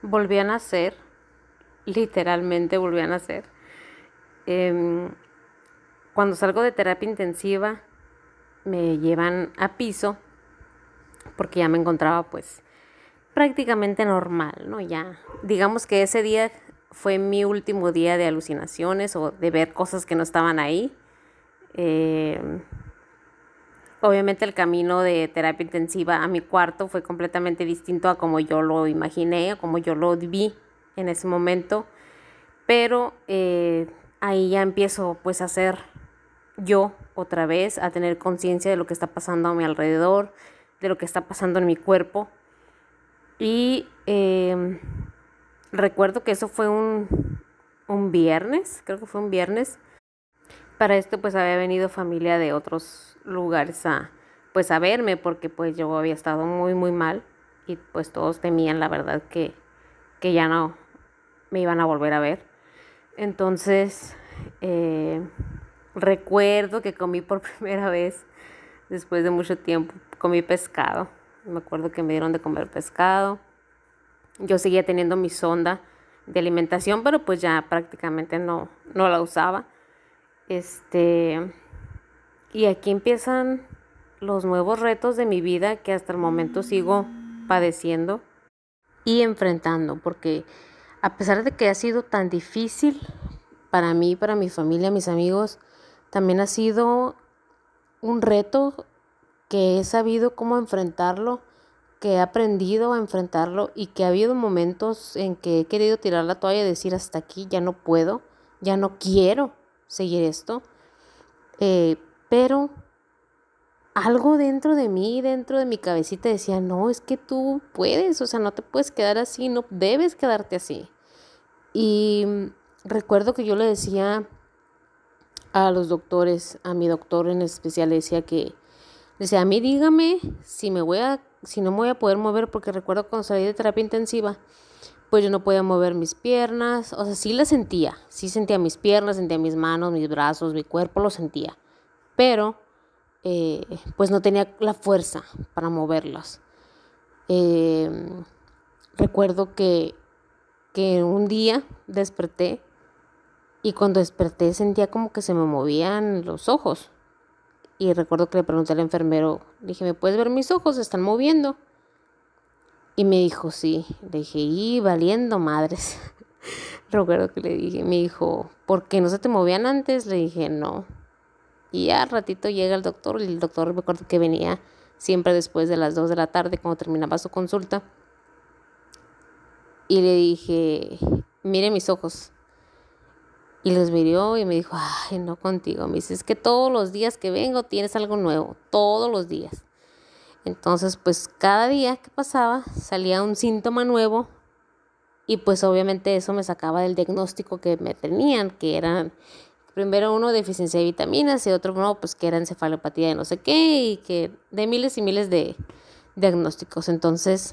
volví a nacer, literalmente volví a nacer. Em, Cuando salgo de terapia intensiva, me llevan a piso porque ya me encontraba pues prácticamente normal, ¿no? Ya, digamos que ese día fue mi último día de alucinaciones o de ver cosas que no estaban ahí. Em, Obviamente el camino de terapia intensiva a mi cuarto fue completamente distinto a como yo lo imaginé, a como yo lo vi en ese momento. Pero ahí ya empiezo pues a ser yo otra vez, a tener conciencia de lo que está pasando a mi alrededor, de lo que está pasando en mi cuerpo. Y recuerdo que eso fue un viernes, creo que fue un viernes. Para esto pues había venido familia de otros lugares a pues a verme porque pues yo había estado muy muy mal y pues todos temían la verdad que ya no me iban a volver a ver. Entonces, eh, recuerdo que comí por primera vez, después de mucho tiempo, comí pescado. Me acuerdo que me dieron de comer pescado. Yo seguía teniendo mi sonda de alimentación, pero pues ya prácticamente no la usaba. Este, y aquí empiezan los nuevos retos de mi vida que hasta el momento sigo padeciendo y enfrentando, porque a pesar de que ha sido tan difícil para mí, para mi familia, mis amigos, también ha sido un reto que he sabido cómo enfrentarlo, que he aprendido a enfrentarlo y que ha habido momentos en que he querido tirar la toalla y decir hasta aquí, ya no puedo, ya no quiero seguir esto. Pero algo dentro de mí, dentro de mi cabecita decía, no, es que tú puedes, o sea, no te puedes quedar así, no debes quedarte así. Y recuerdo que yo le decía a los doctores, a mi doctor en especial, le decía que, decía, a mí dígame si no me voy a poder mover, porque recuerdo cuando salí de terapia intensiva, pues yo no podía mover mis piernas, o sea, sí sentía mis piernas, sentía mis manos, mis brazos, mi cuerpo, lo sentía, pero pues no tenía la fuerza para moverlas. Eh, Recuerdo que un día desperté y cuando desperté sentía como que se me movían los ojos. Y recuerdo que le pregunté al enfermero, dije, ¿me puedes ver mis ojos? ¿Se están moviendo? Y me dijo, sí. Le dije, y valiendo madres. Recuerdo que le dije, me dijo, ¿por qué no se te movían antes? Le dije, no. Y ya al ratito llega el doctor y el doctor me acuerdo que venía siempre después de las 2 de la tarde cuando terminaba su consulta. Y le dije, mire mis ojos. Y los miró y me dijo, ay, no contigo. Me dice, es que todos los días que vengo tienes algo nuevo, todos los días. Entonces, pues cada día que pasaba salía un síntoma nuevo y pues obviamente eso me sacaba del diagnóstico que me tenían, que eran primero uno deficiencia de vitaminas y otro no, pues que era encefalopatía de no sé qué y que de miles y miles de diagnósticos. Entonces,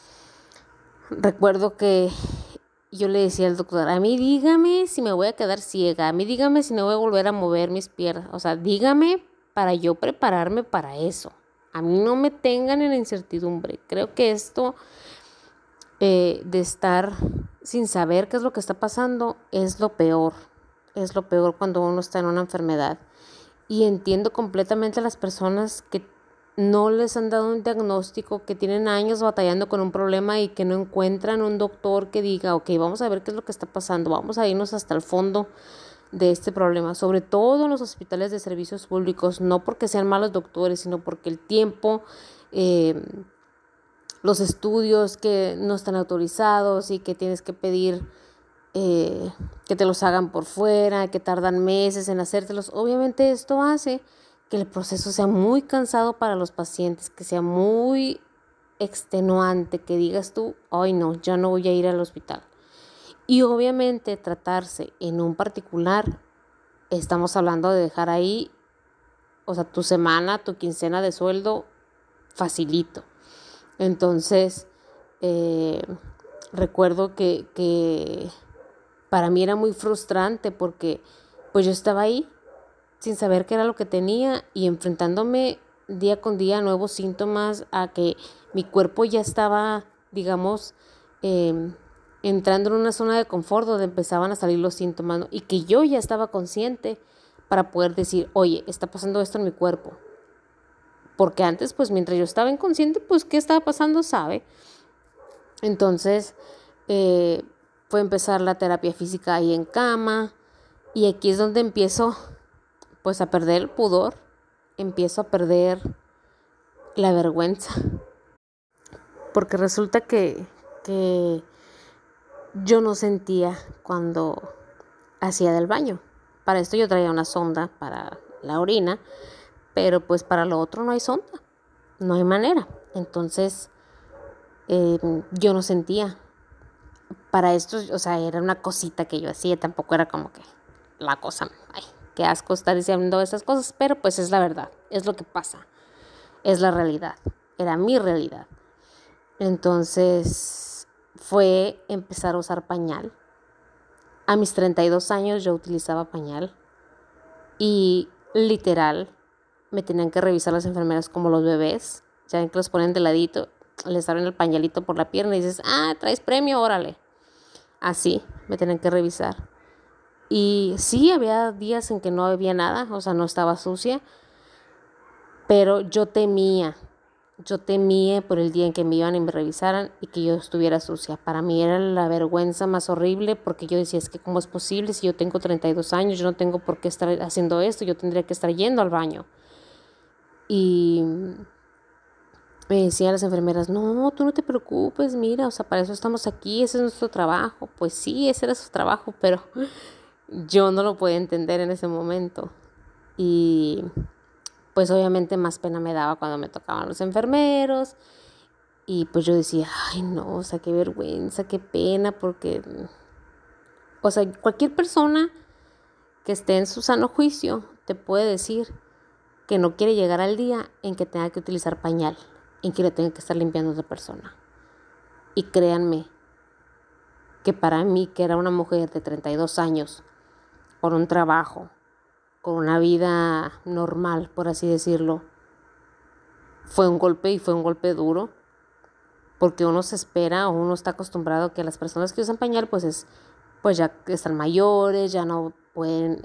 recuerdo que yo le decía al doctor, a mí dígame si me voy a quedar ciega, a mí dígame si no voy a volver a mover mis piernas, o sea, dígame para yo prepararme para eso. A mí no me tengan en la incertidumbre. Creo que esto de estar sin saber qué es lo que está pasando es lo peor. Es lo peor cuando uno está en una enfermedad. Y entiendo completamente a las personas que no les han dado un diagnóstico, que tienen años batallando con un problema y que no encuentran un doctor que diga, ok, vamos a ver qué es lo que está pasando, vamos a irnos hasta el fondo de este problema, sobre todo en los hospitales de servicios públicos, no porque sean malos doctores, sino porque el tiempo, eh, los estudios que no están autorizados y que tienes que pedir que te los hagan por fuera, que tardan meses en hacértelos. Obviamente esto hace que el proceso sea muy cansado para los pacientes, que sea muy extenuante, que digas tú, ay no, ya no voy a ir al hospital. Y obviamente tratarse en un particular, estamos hablando de dejar ahí, o sea, tu semana, tu quincena de sueldo, facilito. Entonces, eh, recuerdo que para mí era muy frustrante porque pues yo estaba ahí sin saber qué era lo que tenía y enfrentándome día con día a nuevos síntomas, a que mi cuerpo ya estaba, digamos, entrando en una zona de confort donde empezaban a salir los síntomas, ¿no? Y que yo ya estaba consciente para poder decir, oye, está pasando esto en mi cuerpo. Porque antes, pues mientras yo estaba inconsciente, pues qué estaba pasando, sabe. Entonces, fue empezar la terapia física ahí en cama. Y aquí es donde empiezo, pues, a perder el pudor. Empiezo a perder la vergüenza. Porque resulta que yo no sentía cuando hacía del baño. Para esto yo traía una sonda para la orina, pero pues para lo otro no hay sonda, no hay manera. Entonces yo no sentía. Para esto, o sea, era una cosita que yo hacía, tampoco era como que la cosa, ay, qué asco estar diciendo esas cosas, pero pues es la verdad, es lo que pasa, es la realidad, era mi realidad. Entonces fue empezar a usar pañal. A mis 32 años yo utilizaba pañal y literal me tenían que revisar las enfermeras como los bebés. Ya ven que los ponen de ladito, les abren el pañalito por la pierna y dices, traes premio, órale. Así me tenían que revisar. Y sí, había días en que no había nada, o sea, no estaba sucia, pero yo temía por el día en que me iban y me revisaran y que yo estuviera sucia. Para mí era la vergüenza más horrible porque yo decía, es que ¿cómo es posible si yo tengo 32 años? Yo no tengo por qué estar haciendo esto, yo tendría que estar yendo al baño. Y me decían las enfermeras, no, tú no te preocupes, mira, o sea, para eso estamos aquí, ese es nuestro trabajo. Pues sí, ese era su trabajo, pero yo no lo podía entender en ese momento. Y pues obviamente más pena me daba cuando me tocaban los enfermeros. Y pues yo decía, ay no, o sea, qué vergüenza, qué pena, porque, o sea, cualquier persona que esté en su sano juicio te puede decir que no quiere llegar al día en que tenga que utilizar pañal, en que le tenga que estar limpiando a otra persona. Y créanme que para mí, que era una mujer de 32 años, con un trabajo, con una vida normal, por así decirlo, fue un golpe y fue un golpe duro, porque uno se espera o uno está acostumbrado a que las personas que usan pañal pues ya están mayores, ya no pueden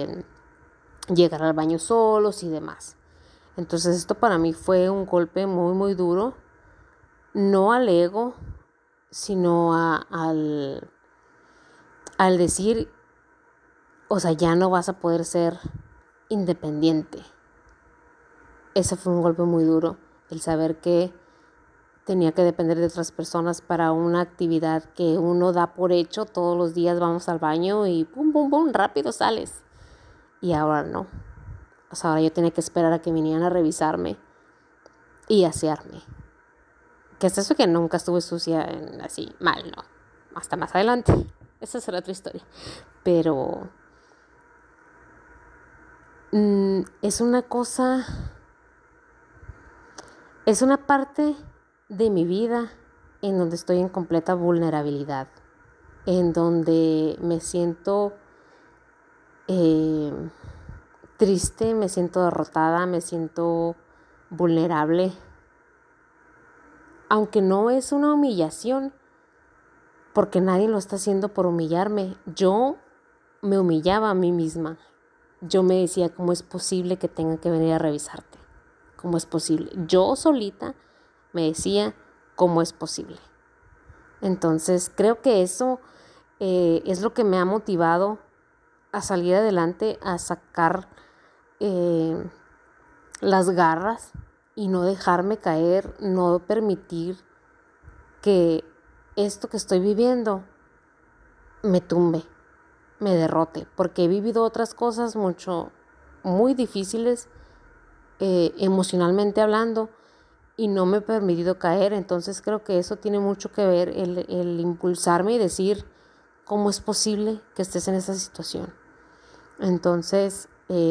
llegar al baño solos y demás. Entonces esto para mí fue un golpe muy muy duro, no al ego, sino al decir, o sea, ya no vas a poder ser independiente. Ese fue un golpe muy duro, el saber que tenía que depender de otras personas para una actividad que uno da por hecho. Todos los días vamos al baño y pum, pum, pum, rápido sales. Y ahora no. O sea, ahora yo tenía que esperar a que vinieran a revisarme y asearme. Que es eso que nunca estuve sucia así mal, no. Hasta más adelante. Esa será otra historia. Pero es una cosa, es una parte de mi vida en donde estoy en completa vulnerabilidad, en donde me siento triste, me siento derrotada, me siento vulnerable, aunque no es una humillación, porque nadie lo está haciendo por humillarme. Yo me humillaba a mí misma. Yo me decía, ¿cómo es posible que tenga que venir a revisarte? ¿Cómo es posible? Yo solita me decía, ¿cómo es posible? Entonces creo que eso es lo que me ha motivado a salir adelante, a sacar las garras y no dejarme caer, no permitir que esto que estoy viviendo me tumbe, me derrote, porque he vivido otras cosas muy difíciles emocionalmente hablando, y no me he permitido caer. Entonces creo que eso tiene mucho que ver, el impulsarme y decir, ¿cómo es posible que estés en esta situación? Entonces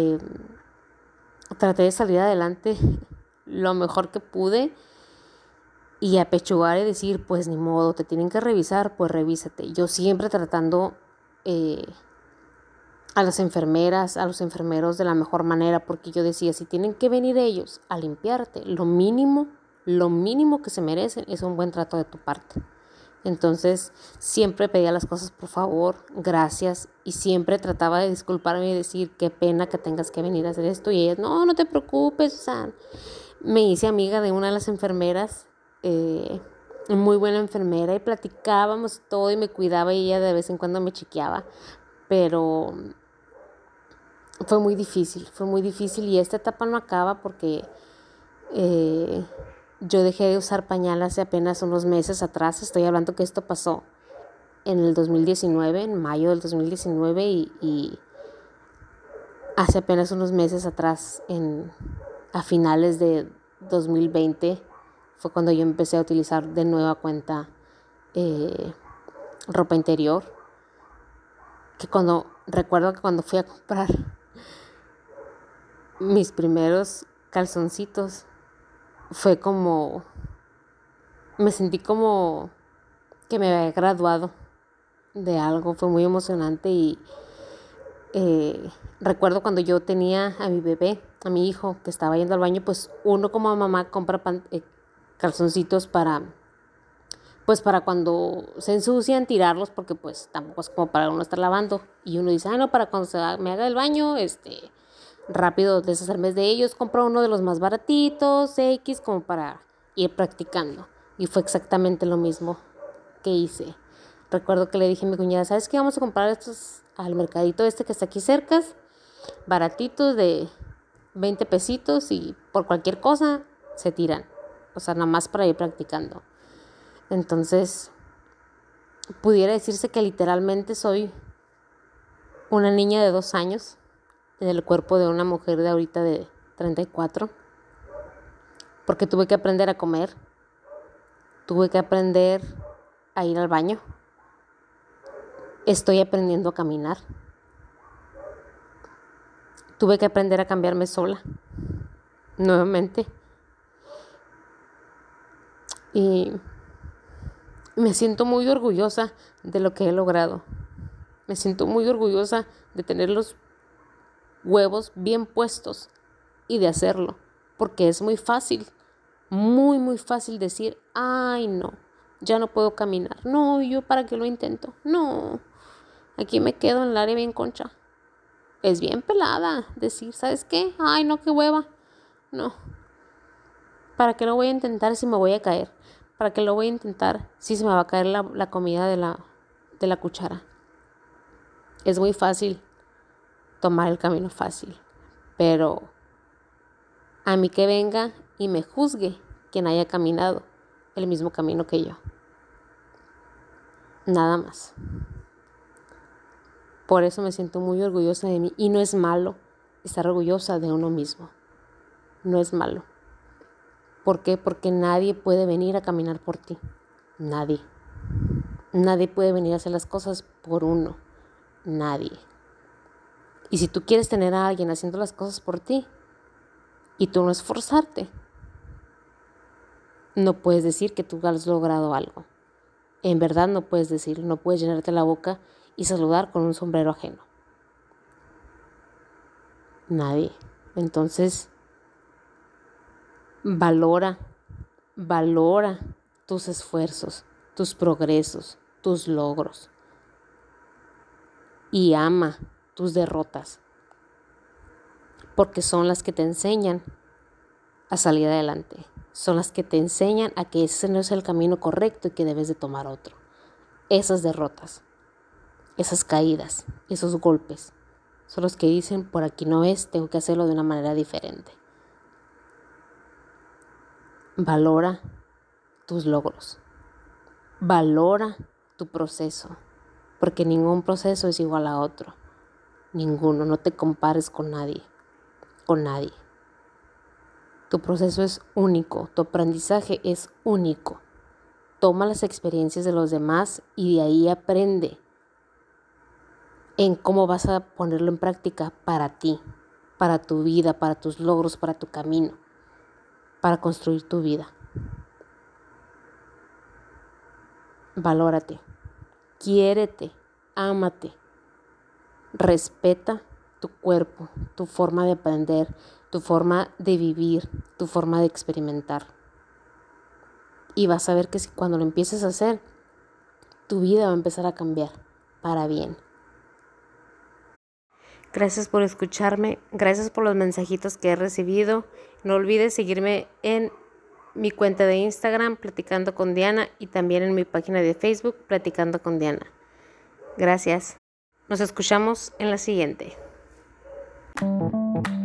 traté de salir adelante lo mejor que pude y apechugar y decir, pues ni modo, te tienen que revisar, pues revísate. Yo siempre tratando a las enfermeras, a los enfermeros de la mejor manera, porque yo decía, si tienen que venir ellos a limpiarte, lo mínimo que se merecen es un buen trato de tu parte. Entonces siempre pedía las cosas por favor, gracias, y siempre trataba de disculparme y decir qué pena que tengas que venir a hacer esto. Y ellas, no, no te preocupes, Susan. Me hice amiga de una de las enfermeras, muy buena enfermera, y platicábamos todo y me cuidaba y ella de vez en cuando me chequeaba. Pero fue muy difícil y esta etapa no acaba porque eh, yo dejé de usar pañal hace apenas unos meses atrás. Estoy hablando que esto pasó en el 2019, en mayo del 2019 y hace apenas unos meses atrás, a finales de 2020, fue cuando yo empecé a utilizar de nueva cuenta ropa interior. Recuerdo que cuando fui a comprar mis primeros calzoncitos, me sentí como que me había graduado de algo, fue muy emocionante y recuerdo cuando yo tenía a mi bebé, a mi hijo que estaba yendo al baño, pues uno como mamá compra calzoncitos para cuando se ensucian tirarlos, porque pues tampoco es como para uno estar lavando, y uno dice, no, para cuando me haga el baño, rápido deshacerme de ellos, compro uno de los más baratitos, X, como para ir practicando. Y fue exactamente lo mismo que hice. Recuerdo que le dije a mi cuñada, ¿sabes qué? Vamos a comprar estos al mercadito que está aquí cerca, baratitos de 20 pesitos y por cualquier cosa se tiran. O sea, nada más para ir practicando. Entonces, pudiera decirse que literalmente soy una niña de 2 años en el cuerpo de una mujer de ahorita de 34, porque tuve que aprender a comer, tuve que aprender a ir al baño, estoy aprendiendo a caminar, tuve que aprender a cambiarme sola, nuevamente, y me siento muy orgullosa de lo que he logrado, me siento muy orgullosa de tener los huevos bien puestos y de hacerlo, porque es muy fácil, muy, muy fácil decir, ay no, ya no puedo caminar, no, ¿yo para qué lo intento? No, aquí me quedo en el área bien concha. Es bien pelada decir, ¿sabes qué? Ay no, qué hueva, no, ¿para qué lo voy a intentar si me voy a caer? ¿Para qué lo voy a intentar si se me va a caer la comida de la cuchara? Es muy fácil tomar el camino fácil, pero a mí que venga y me juzgue quien haya caminado el mismo camino que yo. Nada más. Por eso me siento muy orgullosa de mí. Y no es malo estar orgullosa de uno mismo. No es malo. ¿Por qué? Porque nadie puede venir a caminar por ti. Nadie. Nadie puede venir a hacer las cosas por uno. Nadie. Y si tú quieres tener a alguien haciendo las cosas por ti y tú no esforzarte, no puedes decir que tú has logrado algo. En verdad no puedes decir, no puedes llenarte la boca y saludar con un sombrero ajeno. Nadie. Entonces, valora tus esfuerzos, tus progresos, tus logros. Y ama tus derrotas, porque son las que te enseñan a salir adelante. Son las que te enseñan a que ese no es el camino correcto y que debes de tomar otro. Esas derrotas, esas caídas, esos golpes, son los que dicen, por aquí no es, tengo que hacerlo de una manera diferente. Valora tus logros. Valora tu proceso, porque ningún proceso es igual a otro. Ninguno, no te compares con nadie, con nadie. Tu proceso es único, tu aprendizaje es único. Toma las experiencias de los demás y de ahí aprende en cómo vas a ponerlo en práctica para ti, para tu vida, para tus logros, para tu camino, para construir tu vida. Valórate, quiérete, ámate, respeta tu cuerpo, tu forma de aprender, tu forma de vivir, tu forma de experimentar. Y vas a ver que cuando lo empieces a hacer, tu vida va a empezar a cambiar para bien. Gracias por escucharme, gracias por los mensajitos que he recibido. No olvides seguirme en mi cuenta de Instagram, Platicando con Diana, y también en mi página de Facebook, Platicando con Diana. Gracias. Nos escuchamos en la siguiente.